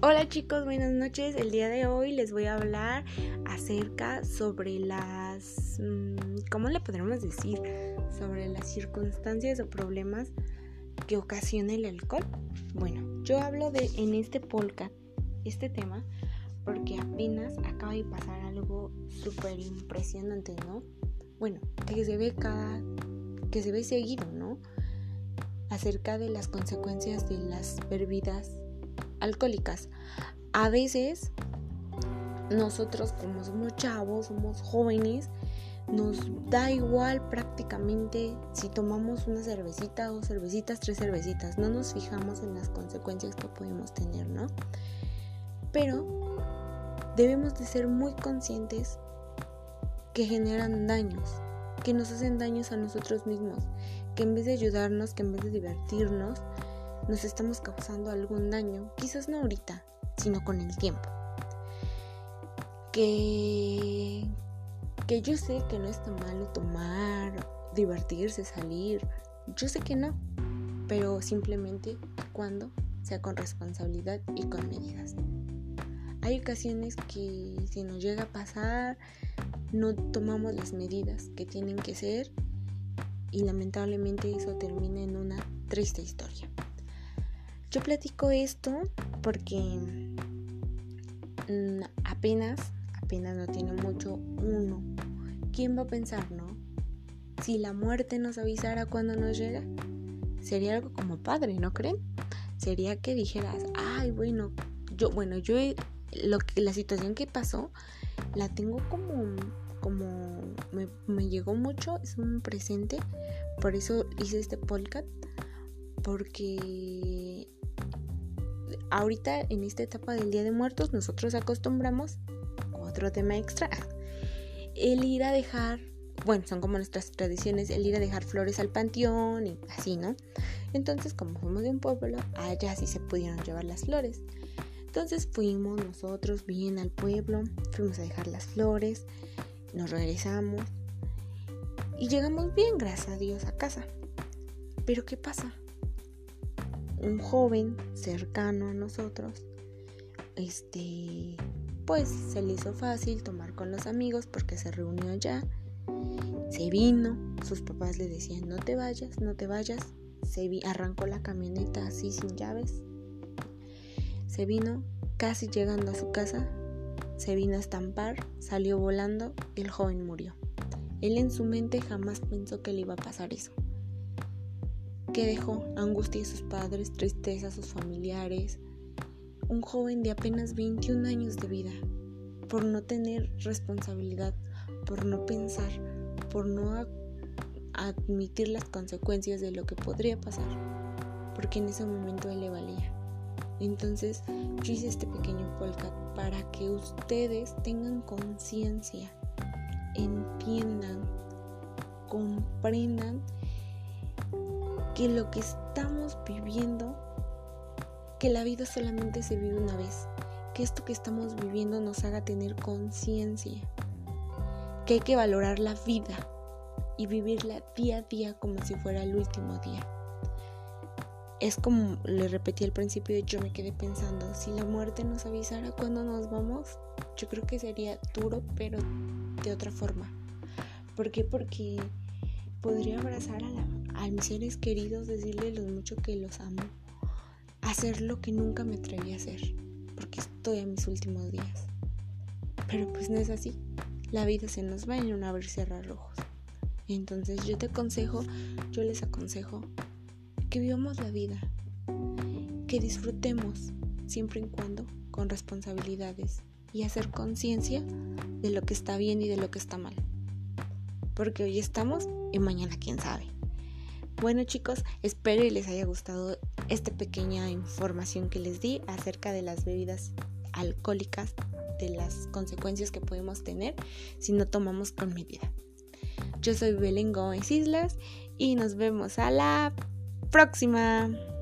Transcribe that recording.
Hola chicos, buenas noches. El día de hoy les voy a hablar acerca sobre ¿cómo le podríamos decir? Sobre las circunstancias o problemas que ocasiona el alcohol. Bueno, yo hablo en este podcast, este tema, porque apenas acaba de pasar algo súper impresionante, ¿no? Bueno, que se ve seguido, ¿no? Acerca de las consecuencias de las bebidas alcohólicas. A veces nosotros, como somos chavos, somos jóvenes, nos da igual prácticamente si tomamos una cervecita, 2 cervecitas, 3 cervecitas. No nos fijamos en las consecuencias que podemos tener, ¿no? Pero debemos de ser muy conscientes que generan daños, que nos hacen daños a nosotros mismos, que en vez de ayudarnos, que en vez de divertirnos, nos estamos causando algún daño, quizás no ahorita, sino con el tiempo. Que yo sé que no está malo tomar, divertirse, salir, yo sé que no, pero simplemente cuando sea con responsabilidad y con medidas. Hay ocasiones que si nos llega a pasar, no tomamos las medidas que tienen que ser y lamentablemente eso termina en una triste historia. Yo platico esto porque apenas no tiene mucho uno. ¿Quién va a pensar, no? Si la muerte nos avisara cuando nos llega, sería algo como padre, ¿no creen? Sería que dijeras, ay, la situación que pasó la tengo como me llegó mucho, es un presente, por eso hice este podcast, porque ahorita en esta etapa del Día de Muertos nosotros acostumbramos, otro tema extra, el ir a dejar, son como nuestras tradiciones, el ir a dejar flores al panteón y así, ¿no? Entonces, como fuimos de un pueblo, allá sí se pudieron llevar las flores. Entonces fuimos nosotros bien al pueblo, fuimos a dejar las flores, nos regresamos y llegamos bien, gracias a Dios, a casa. Pero ¿qué pasa? Un joven cercano a nosotros, pues se le hizo fácil tomar con los amigos porque se reunió allá, se vino, sus papás le decían no te vayas, arrancó la camioneta así sin llaves, se vino, casi llegando a su casa, se vino a estampar, salió volando y el joven murió. Él en su mente jamás pensó que le iba a pasar eso. Que dejó angustia a sus padres, tristeza a sus familiares. Un joven de apenas 21 años de vida, por no tener responsabilidad, por no pensar, por no admitir las consecuencias de lo que podría pasar, porque en ese momento él le valía. Entonces yo hice este pequeño podcast para que ustedes tengan conciencia, entiendan, comprendan que lo que estamos viviendo, que la vida solamente se vive una vez, que esto que estamos viviendo nos haga tener conciencia, que hay que valorar la vida y vivirla día a día como si fuera el último día. Es como le repetí al principio, yo me quedé pensando, si la muerte nos avisara cuando nos vamos, yo creo que sería duro, pero de otra forma. ¿Por qué? Porque podría abrazar a mis seres queridos, decirles lo mucho que los amo, hacer lo que nunca me atreví a hacer, porque estoy a mis últimos días. Pero pues no es así, la vida se nos va en un abrir y cerrar ojos. Entonces yo les aconsejo que vivamos la vida, que disfrutemos siempre y cuando con responsabilidades y hacer conciencia de lo que está bien y de lo que está mal. Porque hoy estamos y mañana quién sabe. Bueno chicos, espero y les haya gustado esta pequeña información que les di acerca de las bebidas alcohólicas, de las consecuencias que podemos tener si no tomamos con medida. Yo soy Belén Gómez Islas y nos vemos a la próxima.